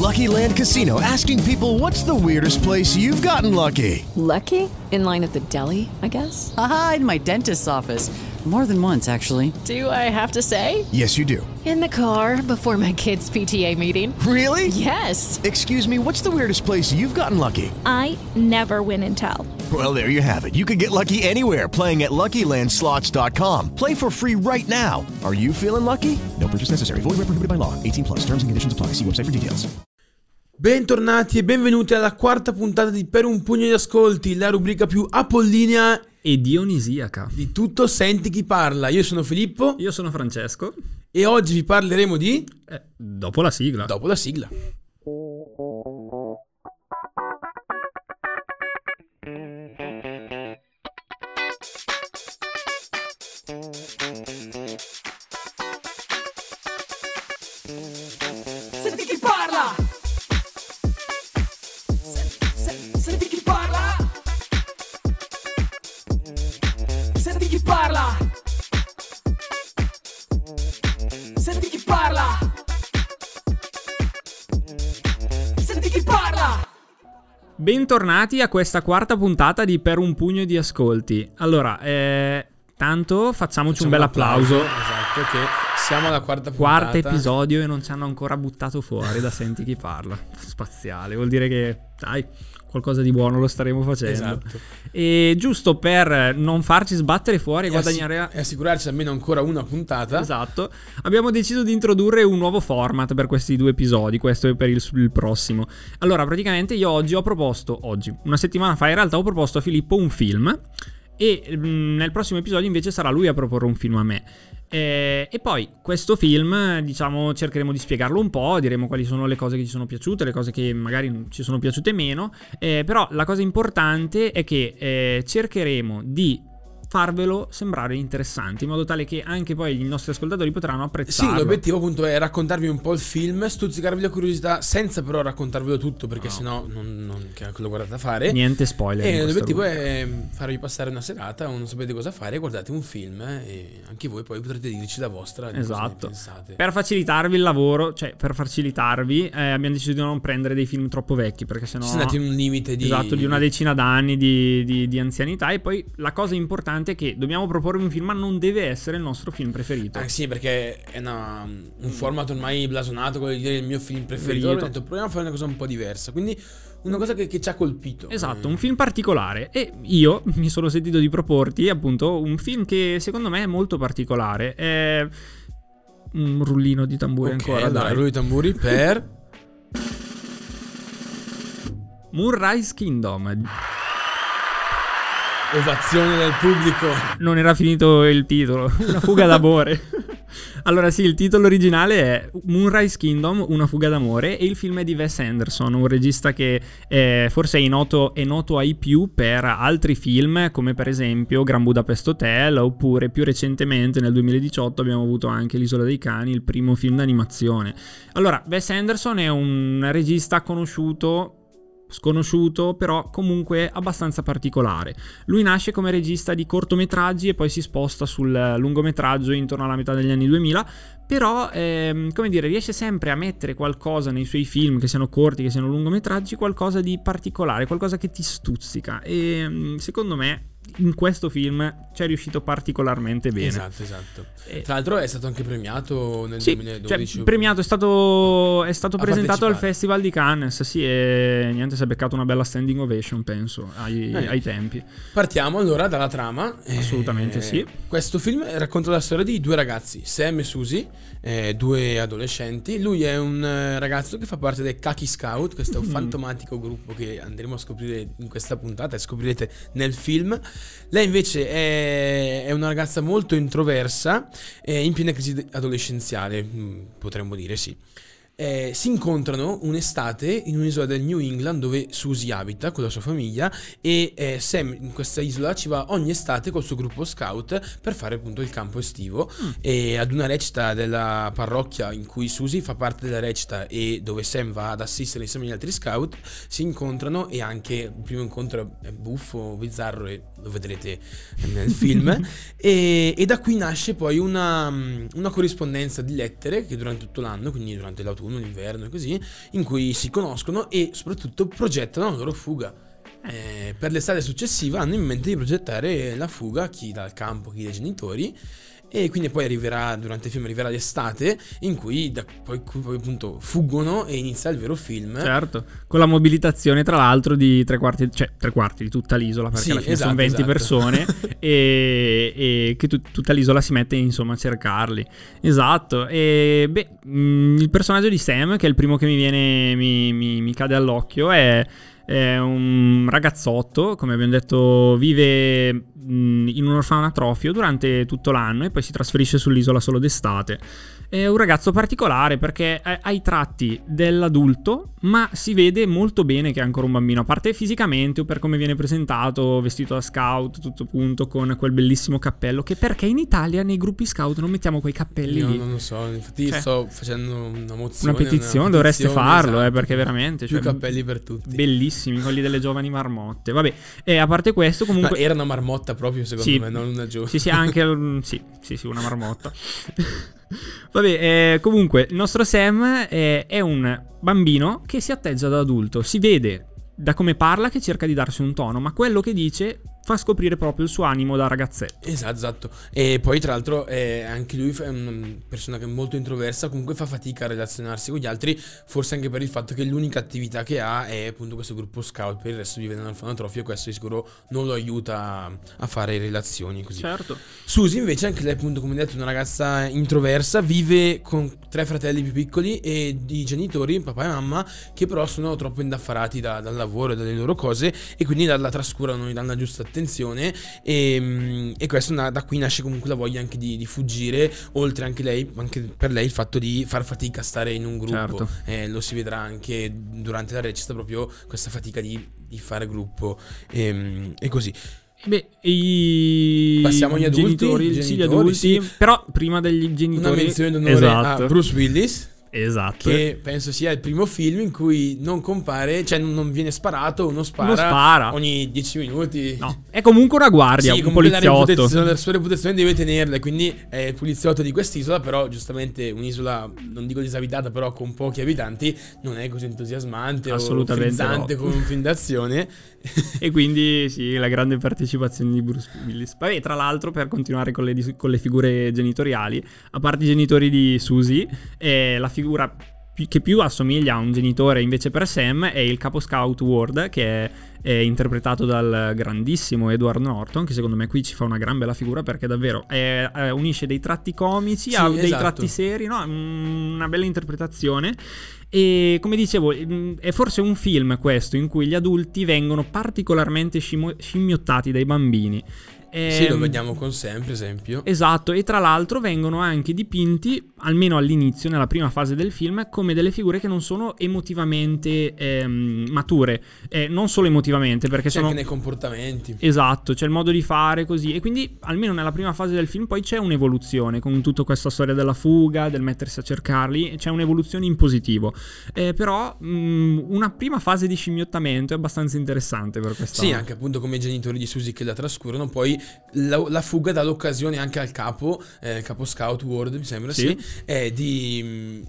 Lucky Land Casino, asking people, what's the weirdest place you've gotten lucky? Lucky? In line at the deli, I guess? Aha, in my dentist's office. More than once, actually. Do I have to say? Yes, you do. In the car before my kids' PTA meeting. Really? Yes. Excuse me, what's the weirdest place you've gotten lucky? I never win and tell. Well, there you have it. You can get lucky anywhere, playing at LuckyLandSlots.com. Play for free right now. Are you feeling lucky? No purchase necessary. Void where prohibited by law. 18 plus. Terms and conditions apply. See website for details. Bentornati e benvenuti alla quarta puntata di Per un pugno di ascolti, la rubrica più apollinea e dionisiaca di tutto Senti chi parla. Io sono Filippo. Io sono Francesco. E oggi vi parleremo di... dopo la sigla. Dopo la sigla. Senti chi parla! Senti chi parla! Senti chi parla! Senti chi parla! Senti chi parla! Bentornati a questa quarta puntata di Per un pugno di ascolti. Allora, tanto facciamoci un bel applauso. Esatto, che siamo alla quarta puntata. Quarto episodio e non ci hanno ancora buttato fuori da Senti chi parla. Spaziale, vuol dire che, dai, qualcosa di buono lo staremo facendo. Esatto. E giusto per non farci sbattere fuori e guadagnare... e assicurarci almeno ancora una puntata. Esatto. Abbiamo deciso di introdurre un nuovo format per questi due episodi, questo è per il prossimo. Allora, praticamente io una settimana fa in realtà ho proposto a Filippo un film e nel prossimo episodio invece sarà lui a proporre un film a me. E poi questo film, diciamo, cercheremo di spiegarlo un po', diremo quali sono le cose che ci sono piaciute, le cose che magari ci sono piaciute meno, però la cosa importante è che cercheremo di farvelo sembrare interessanti, in modo tale che anche poi i nostri ascoltatori potranno apprezzarlo. Sì, l'obiettivo appunto è raccontarvi un po' il film, stuzzicarvi la curiosità senza però raccontarvelo tutto, perché sennò non che lo guardate a fare. Niente spoiler. E l'obiettivo è farvi passare una serata o non sapete cosa fare, guardate un film e anche voi poi potrete dirci la vostra. Esatto. Cosa ne pensate. Per facilitarvi il lavoro, cioè per facilitarvi, abbiamo deciso di non prendere dei film troppo vecchi, perché sennò siamo andati in un limite di... Esatto, di una decina d'anni di anzianità. E poi la cosa importante è che dobbiamo proporre un film, ma non deve essere il nostro film preferito. Sì, perché è un format ormai blasonato, quello di dire il mio film preferito. Ho detto proviamo a fare una cosa un po' diversa, quindi una cosa che ci ha colpito. Esatto, un film particolare. E io mi sono sentito di proporti appunto un film che secondo me è molto particolare. È un rullino di tamburi ancora. Allora, dai. rullo di tamburi per Moonrise Kingdom. Ovazione del pubblico. Non era finito il titolo. Una fuga d'amore. Allora sì, il titolo originale è Moonrise Kingdom, una fuga d'amore, e il film è di Wes Anderson, un regista che forse è noto ai più per altri film, come per esempio Grand Budapest Hotel, oppure più recentemente nel 2018 abbiamo avuto anche L'Isola dei Cani, il primo film d'animazione. Allora, Wes Anderson è un regista sconosciuto, però comunque abbastanza particolare. Lui nasce come regista di cortometraggi e poi si sposta sul lungometraggio intorno alla metà degli anni 2000, però come dire, riesce sempre a mettere qualcosa nei suoi film, che siano corti, che siano lungometraggi, qualcosa di particolare, qualcosa che ti stuzzica, e secondo me in questo film ci è riuscito particolarmente bene. Esatto. Tra l'altro è stato anche premiato nel 2012. Cioè, premiato, è stato presentato al Festival di Cannes, sì, e niente, si è beccato una bella standing ovation, penso, ai tempi. Partiamo allora dalla trama. Assolutamente sì. Questo film racconta la storia di due ragazzi, Sam e Susie, due adolescenti. Lui è un ragazzo che fa parte dei Khaki Scout, questo è un fantomatico gruppo che andremo a scoprire in questa puntata e scoprirete nel film. Lei invece è una ragazza molto introversa, in piena crisi adolescenziale, potremmo dire, sì. Si incontrano un'estate in un'isola del New England dove Susie abita con la sua famiglia, e Sam in questa isola ci va ogni estate col suo gruppo scout per fare appunto il campo estivo, e ad una recita della parrocchia in cui Susie fa parte della recita e dove Sam va ad assistere insieme agli altri scout si incontrano, e anche il primo incontro è buffo, bizzarro, e lo vedrete nel film e da qui nasce poi una corrispondenza di lettere che durante tutto l'anno, quindi durante l'autunno l'autunno, l'inverno e così, in cui si conoscono e soprattutto progettano la loro fuga. Per l'estate successiva hanno in mente di progettare la fuga, chi dal campo, chi dai genitori, e quindi poi durante il film arriverà l'estate in cui poi appunto fuggono e inizia il vero film. Certo, con la mobilitazione tra l'altro di tre quarti di tutta l'isola, perché sì, alla fine esatto, sono 20 esatto. persone e che tutta l'isola si mette insomma a cercarli. Esatto. E il personaggio di Sam, che è il primo che mi cade all'occhio, è un ragazzotto, come abbiamo detto, vive in un orfanatrofio durante tutto l'anno e poi si trasferisce sull'isola solo d'estate. È un ragazzo particolare perché ha i tratti dell'adulto, ma si vede molto bene che è ancora un bambino, a parte fisicamente o per come viene presentato, vestito da scout, tutto punto, con quel bellissimo cappello, che perché in Italia nei gruppi scout non mettiamo quei cappelli Io lì? non lo so, infatti sto facendo una mozione. Una petizione, dovreste farlo, esatto. perché veramente... Più cappelli per tutti. Bellissimi, quelli delle giovani marmotte. Vabbè, a parte questo comunque... Ma era una marmotta proprio, secondo me, non una giovane. Sì, anche... sì, una marmotta. Vabbè, comunque il nostro Sam è un bambino che si atteggia da adulto. Si vede da come parla che cerca di darsi un tono, ma quello che dice fa scoprire proprio il suo animo da ragazzetto. Esatto. E poi tra l'altro anche lui è una persona che è molto introversa, comunque fa fatica a relazionarsi con gli altri, forse anche per il fatto che l'unica attività che ha è appunto questo gruppo scout, per il resto vive nell'orfanatrofio e questo di sicuro non lo aiuta a fare relazioni così. Certo. Susie invece, anche lei appunto come detto una ragazza introversa, vive con 3 fratelli più piccoli e di genitori, papà e mamma, che però sono troppo indaffarati dal lavoro e dalle loro cose e quindi la trascurano, non gli danno la giusta attenzione e questo da qui nasce comunque la voglia anche di fuggire, oltre anche per lei il fatto di far fatica a stare in un gruppo. Certo. Lo si vedrà anche durante la recita, proprio questa fatica di fare gruppo e così. Passiamo agli adulti. Sì, gli adulti. Sì. Però prima degli genitori, una menzione d'onore a Bruce Willis. Esatto. Che penso sia il primo film in cui non compare, cioè non viene sparato, uno spara ogni 10 minuti. No, è comunque una guardia, un poliziotto. La sua reputazione deve tenerla, quindi è il poliziotto di quest'isola, però giustamente un'isola, non dico disabitata, però con pochi abitanti, non è così entusiasmante o frizzante come un film d'azione. E quindi sì, la grande partecipazione di Bruce Willis. Vabbè, tra l'altro, per continuare con le figure genitoriali, a parte i genitori di Susie, la figura che più assomiglia a un genitore invece per Sam è il capo scout Ward, che è interpretato dal grandissimo Edward Norton, che secondo me qui ci fa una gran bella figura, perché davvero unisce dei tratti comici a dei tratti seri, no? Una bella interpretazione. E come dicevo, è forse un film questo in cui gli adulti vengono particolarmente scimmiottati dai bambini. Sì, lo vediamo con Sam, per esempio. Esatto, e tra l'altro vengono anche dipinti, almeno all'inizio, nella prima fase del film, come delle figure che non sono emotivamente mature. Non solo emotivamente, perché c'è sono anche nei comportamenti. Esatto, c'è il modo di fare così. E quindi, almeno nella prima fase del film, poi c'è un'evoluzione, con tutta questa storia della fuga, del mettersi a cercarli. C'è un'evoluzione in positivo. Però una prima fase di scimmiottamento è abbastanza interessante per questa. Sì, anche appunto come i genitori di Susie che la trascurano. Poi la fuga dà l'occasione anche al capo scout Ward, mi sembra, sì, di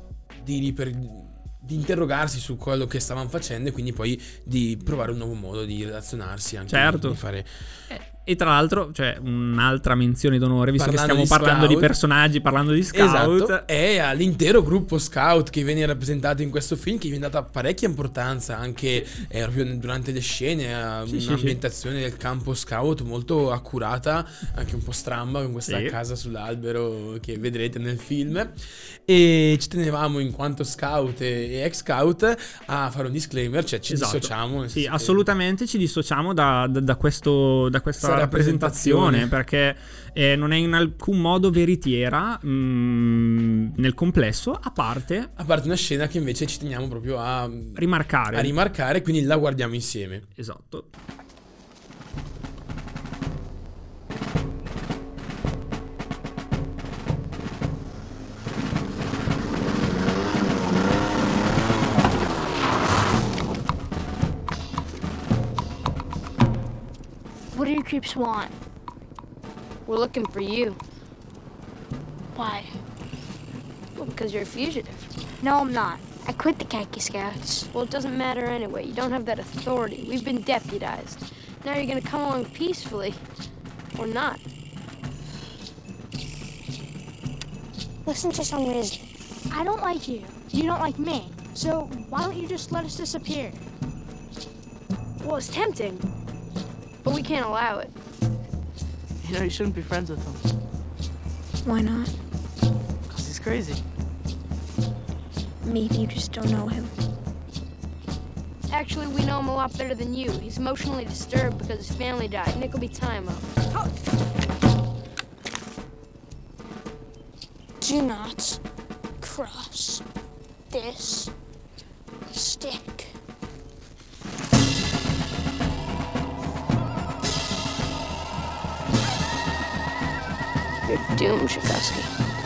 interrogarsi su quello che stavano facendo e quindi poi di provare un nuovo modo di relazionarsi anche. Certo. Di fare. E tra l'altro c'è un'altra menzione d'onore, visto che stiamo parlando di personaggi, parlando di scout. Esatto, è all'intero gruppo scout che viene rappresentato in questo film, che viene data parecchia importanza anche proprio durante le scene, a un'ambientazione del campo scout molto accurata, anche un po' stramba, con questa casa sull'albero che vedrete nel film. E ci tenevamo, in quanto scout e ex scout, a fare un disclaimer, cioè ci dissociamo. Sì, assolutamente ci dissociamo da questa rappresentazione, perché non è in alcun modo veritiera nel complesso, a parte una scena che invece ci teniamo proprio a rimarcare, quindi la guardiamo insieme. Esatto. What do you creeps want? We're looking for you. Why? Well, because you're a fugitive. No, I'm not. I quit the Khaki Scouts. Well, it doesn't matter anyway. You don't have that authority. We've been deputized. Now you're gonna come along peacefully. Or not. Listen to some reason. I don't like you. You don't like me. So why don't you just let us disappear? Well, it's tempting. But we can't allow it. You know, you shouldn't be friends with him. Why not? Because he's crazy. Maybe you just don't know him. Actually, we know him a lot better than you. He's emotionally disturbed because his family died. Nick will be time up. Do not cross this stick. You're doomed, Tchaikovsky.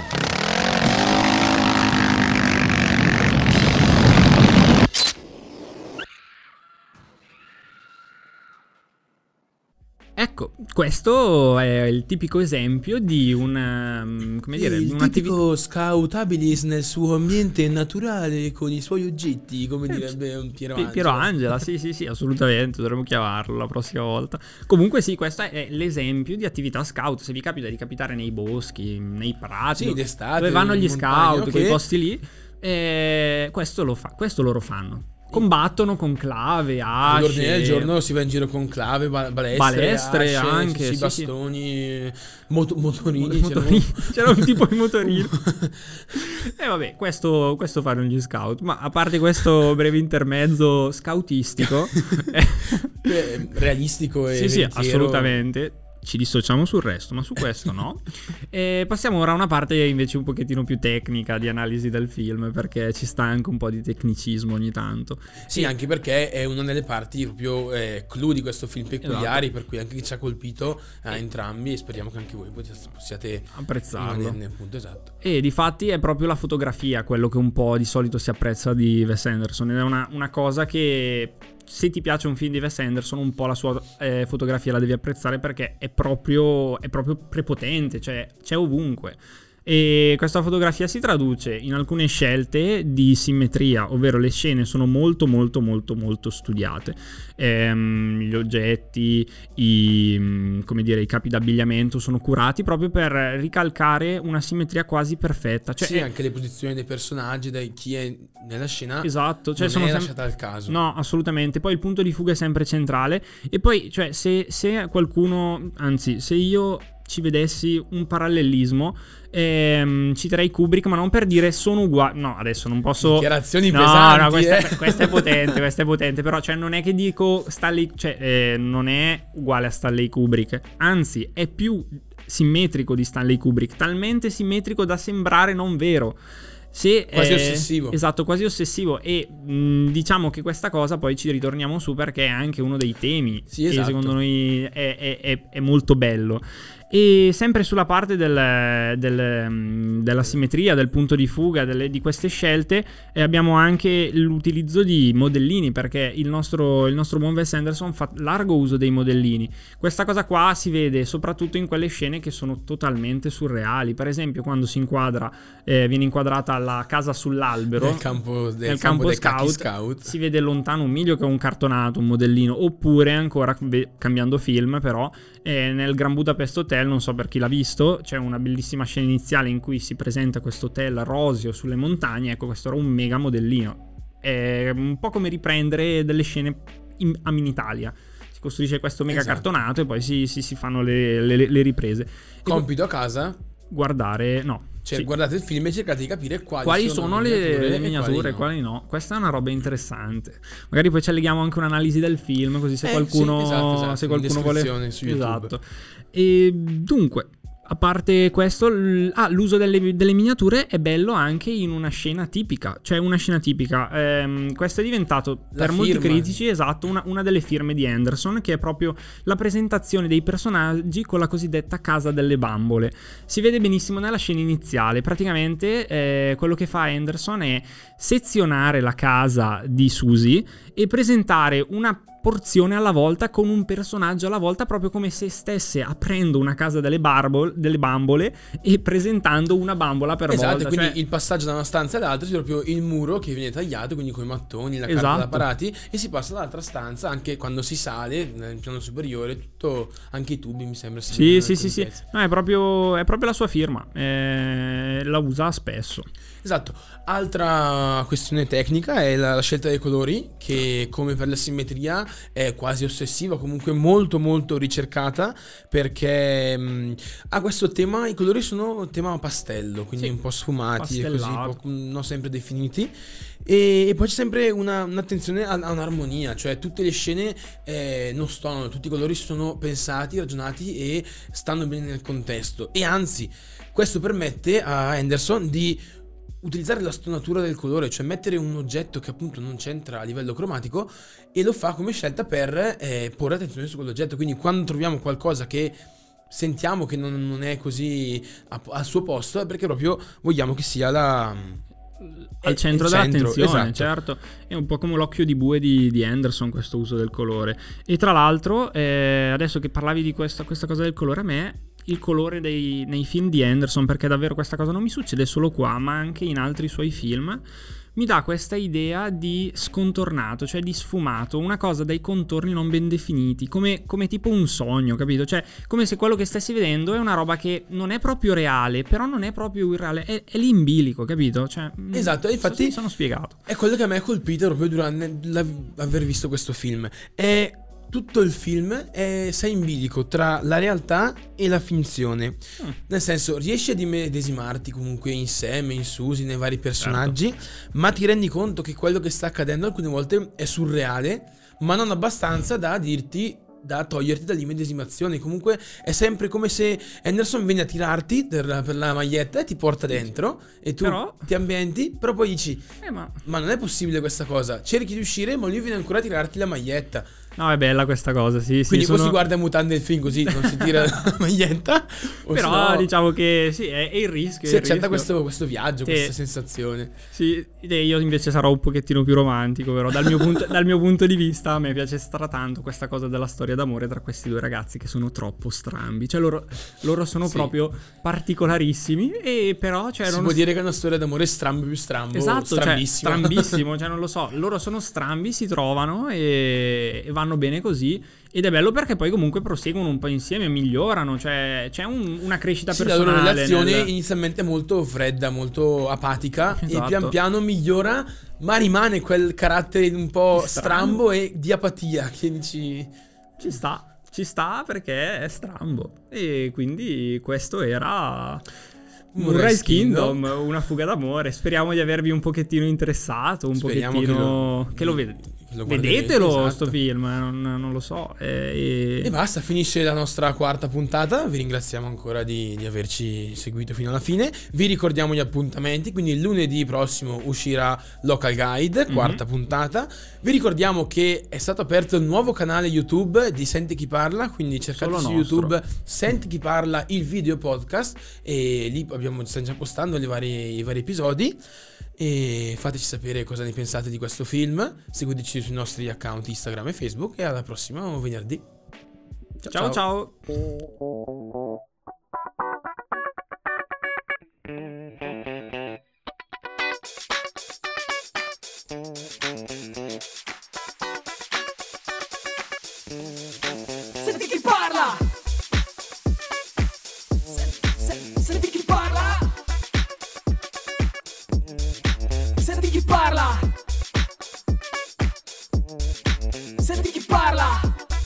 Ecco, questo è il tipico esempio di una, come dire, il tipico scout habilis nel suo ambiente naturale con i suoi oggetti, come direbbe un Piero Angela. Piero Angela, sì, assolutamente, dovremmo chiamarlo la prossima volta. Comunque sì, questo è l'esempio di attività scout. Se vi capita di capitare nei boschi, nei prati, sì, d'estate, dove vanno gli montagna, scout, quei posti lì, questo loro fanno. Combattono con clave, asce. All'ordine del giorno si va in giro con clave, balestre, asce, anche, sì, bastoni, motorini. C'era un tipo di motorino. E vabbè, questo fanno gli scout. Ma a parte questo breve intermezzo scoutistico, realistico e sì, assolutamente. Ci dissociamo sul resto, ma su questo no. E passiamo ora a una parte invece un pochettino più tecnica di analisi del film, perché ci sta anche un po' di tecnicismo ogni tanto. Sì, anche perché è una delle parti proprio clou di questo film peculiari, esatto. Per cui anche chi ci ha colpito a entrambi, e speriamo che anche voi possiate apprezzarlo. Appunto, esatto. E difatti è proprio la fotografia quello che un po' di solito si apprezza di Wes Anderson, ed è una cosa che, se ti piace un film di Wes Anderson, un po' la sua fotografia la devi apprezzare, perché è proprio prepotente, cioè c'è ovunque. E questa fotografia si traduce in alcune scelte di simmetria, ovvero le scene sono molto studiate. Gli oggetti, i capi d'abbigliamento sono curati proprio per ricalcare una simmetria quasi perfetta. Cioè, sì, anche le posizioni dei personaggi, da chi è nella scena, esatto, cioè non è lasciata al caso. No, assolutamente. Poi il punto di fuga è sempre centrale. E poi, cioè, se qualcuno, anzi, se io ci vedessi un parallelismo, citerei Kubrick, ma non per dire sono uguali. No, adesso non posso. Dichiarazioni pesanti. No, questa è potente. Però, cioè, non è che dico Stanley, cioè, non è uguale a Stanley Kubrick. Anzi, è più simmetrico di Stanley Kubrick, talmente simmetrico da sembrare non vero. Quasi ossessivo. Esatto, quasi ossessivo. E diciamo che questa cosa poi ci ritorniamo su, perché è anche uno dei temi, sì, esatto, che secondo noi è molto bello. E sempre sulla parte della simmetria, del punto di fuga, di queste scelte, abbiamo anche l'utilizzo di modellini, perché il nostro buon Wes Anderson fa largo uso dei modellini. Questa cosa qua si vede soprattutto in quelle scene che sono totalmente surreali. Per esempio, quando si inquadra, viene inquadrata la casa sull'albero nel campo dei scout, si vede lontano un miglio che è un cartonato, un modellino. Oppure ancora, cambiando film, però nel Grand Budapest Hotel, non so per chi l'ha visto, c'è una bellissima scena iniziale in cui si presenta questo hotel roseo sulle montagne. Ecco, questo era un mega modellino. È un po' come riprendere delle scene a Minitalia. Si costruisce questo mega cartonato e poi si fanno le riprese. Compito a casa? Guardare, guardate il film e cercate di capire quali sono le miniature e quali no. Questa è una roba interessante. Magari poi ci alleghiamo anche un'analisi del film, così se qualcuno, sì, esatto, se qualcuno vuole su YouTube. Esatto. E dunque, a parte questo, l'uso delle miniature è bello anche in una scena tipica. Cioè, una scena tipica, questo è diventato per molti critici, esatto, una delle firme di Anderson, che è proprio la presentazione dei personaggi con la cosiddetta casa delle bambole. Si vede benissimo nella scena iniziale. Praticamente quello che fa Anderson è sezionare la casa di Susie e presentare una porzione alla volta, con un personaggio alla volta, proprio come se stesse aprendo una casa delle bambole e presentando una bambola per volta. Esatto, quindi il passaggio da una stanza all'altra è proprio il muro che viene tagliato, quindi con i mattoni, la carta da parati, e si passa dall'altra stanza. Anche quando si sale nel piano superiore, tutto, anche i tubi mi sembra. Sì. No, è proprio la sua firma, la usa spesso. Esatto. Altra questione tecnica è la scelta dei colori, che come per la simmetria è quasi ossessiva, comunque molto molto ricercata, perché ha questo tema, i colori sono tema pastello, quindi un po' sfumati e così, non sempre definiti. E poi c'è sempre un'attenzione a un'armonia, cioè tutte le scene non stonano, tutti i colori sono pensati, ragionati e stanno bene nel contesto. E anzi, questo permette a Anderson di utilizzare la stonatura del colore, cioè mettere un oggetto che appunto non c'entra a livello cromatico, e lo fa come scelta per porre attenzione su quell'oggetto. Quindi quando troviamo qualcosa che sentiamo che non è così al suo posto, è perché proprio vogliamo che sia al centro dell'attenzione, esatto. Certo. È un po' come l'occhio di bue di Anderson, questo uso del colore. E tra l'altro, adesso che parlavi di questa cosa del colore, a me il colore nei film di Anderson, perché davvero questa cosa non mi succede solo qua, ma anche in altri suoi film, mi dà questa idea di scontornato, cioè di sfumato, una cosa dai contorni non ben definiti, come tipo un sogno, capito? Cioè come se quello che stessi vedendo è una roba che non è proprio reale, però non è proprio irreale, è lì in bilico, capito? Cioè, esatto, infatti mi sono spiegato. È quello che a me ha colpito proprio durante aver visto questo film. È tutto il film sei in bilico tra la realtà e la finzione. Nel senso, riesci ad immedesimarti comunque in Sam, in Susie, nei vari personaggi, ma ti rendi conto che quello che sta accadendo alcune volte è surreale, ma non abbastanza da toglierti dall'immedesimazione. Comunque è sempre come se Anderson viene a tirarti per la maglietta e ti porta dentro, e tu ti ambienti, però poi dici ma non è possibile questa cosa, cerchi di uscire ma lui viene ancora a tirarti la maglietta. No, è bella questa cosa, sì. Quindi poi si guarda mutande il film così, non si tira la maglietta. Però diciamo che sì, è il rischio. Si accetta questo viaggio, questa sensazione. Sì, io invece sarò un pochettino più romantico, però dal mio punto di vista a me piace tanto questa cosa della storia d'amore tra questi due ragazzi che sono troppo strambi. Cioè loro sono proprio particolarissimi, e però si può dire che è una storia d'amore strambo più strambo. Esatto, strambissimo. Cioè, strambissimo, cioè non lo so, loro sono strambi, si trovano e vanno bene così, ed è bello perché poi comunque proseguono un po' insieme, migliorano, cioè c'è una crescita personale. La loro relazione inizialmente è molto fredda, molto apatica, e pian piano migliora, ma rimane quel carattere un po' strambo e di apatia che dici ci sta perché è strambo. E quindi questo era Moonrise Kingdom, una fuga d'amore. Speriamo di avervi un pochettino interessato, che lo vedetelo, sto film, non lo so. E basta, finisce la nostra quarta puntata. Vi ringraziamo ancora di averci seguito fino alla fine. Vi ricordiamo gli appuntamenti, quindi il lunedì prossimo uscirà Local Guide, quarta puntata. Vi ricordiamo che è stato aperto il nuovo canale YouTube di Senti Chi Parla, quindi cercate su YouTube Senti Chi Parla, il video podcast, e lì stiamo già postando i vari episodi. E fateci sapere cosa ne pensate di questo film, seguiteci sui nostri account Instagram e Facebook, e alla prossima venerdì. Ciao. Senti chi parla! Senti chi parla! Senti chi parla! Senti chi parla!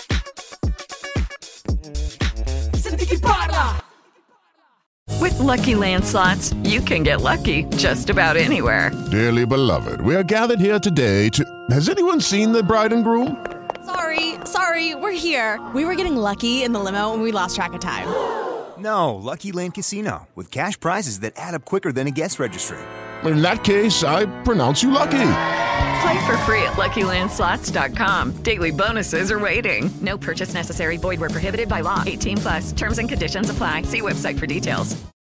Senti chi parla! With Lucky Land Slots, you can get lucky just about anywhere. Dearly beloved, we are gathered here today to... Has anyone seen the bride and groom? Sorry, we're here. We were getting lucky in the limo and we lost track of time. No, Lucky Land Casino, with cash prizes that add up quicker than a guest registry. In that case, I pronounce you lucky. Play for free at LuckyLandSlots.com. Daily bonuses are waiting. No purchase necessary. Void where prohibited by law. 18+. Terms and conditions apply. See website for details.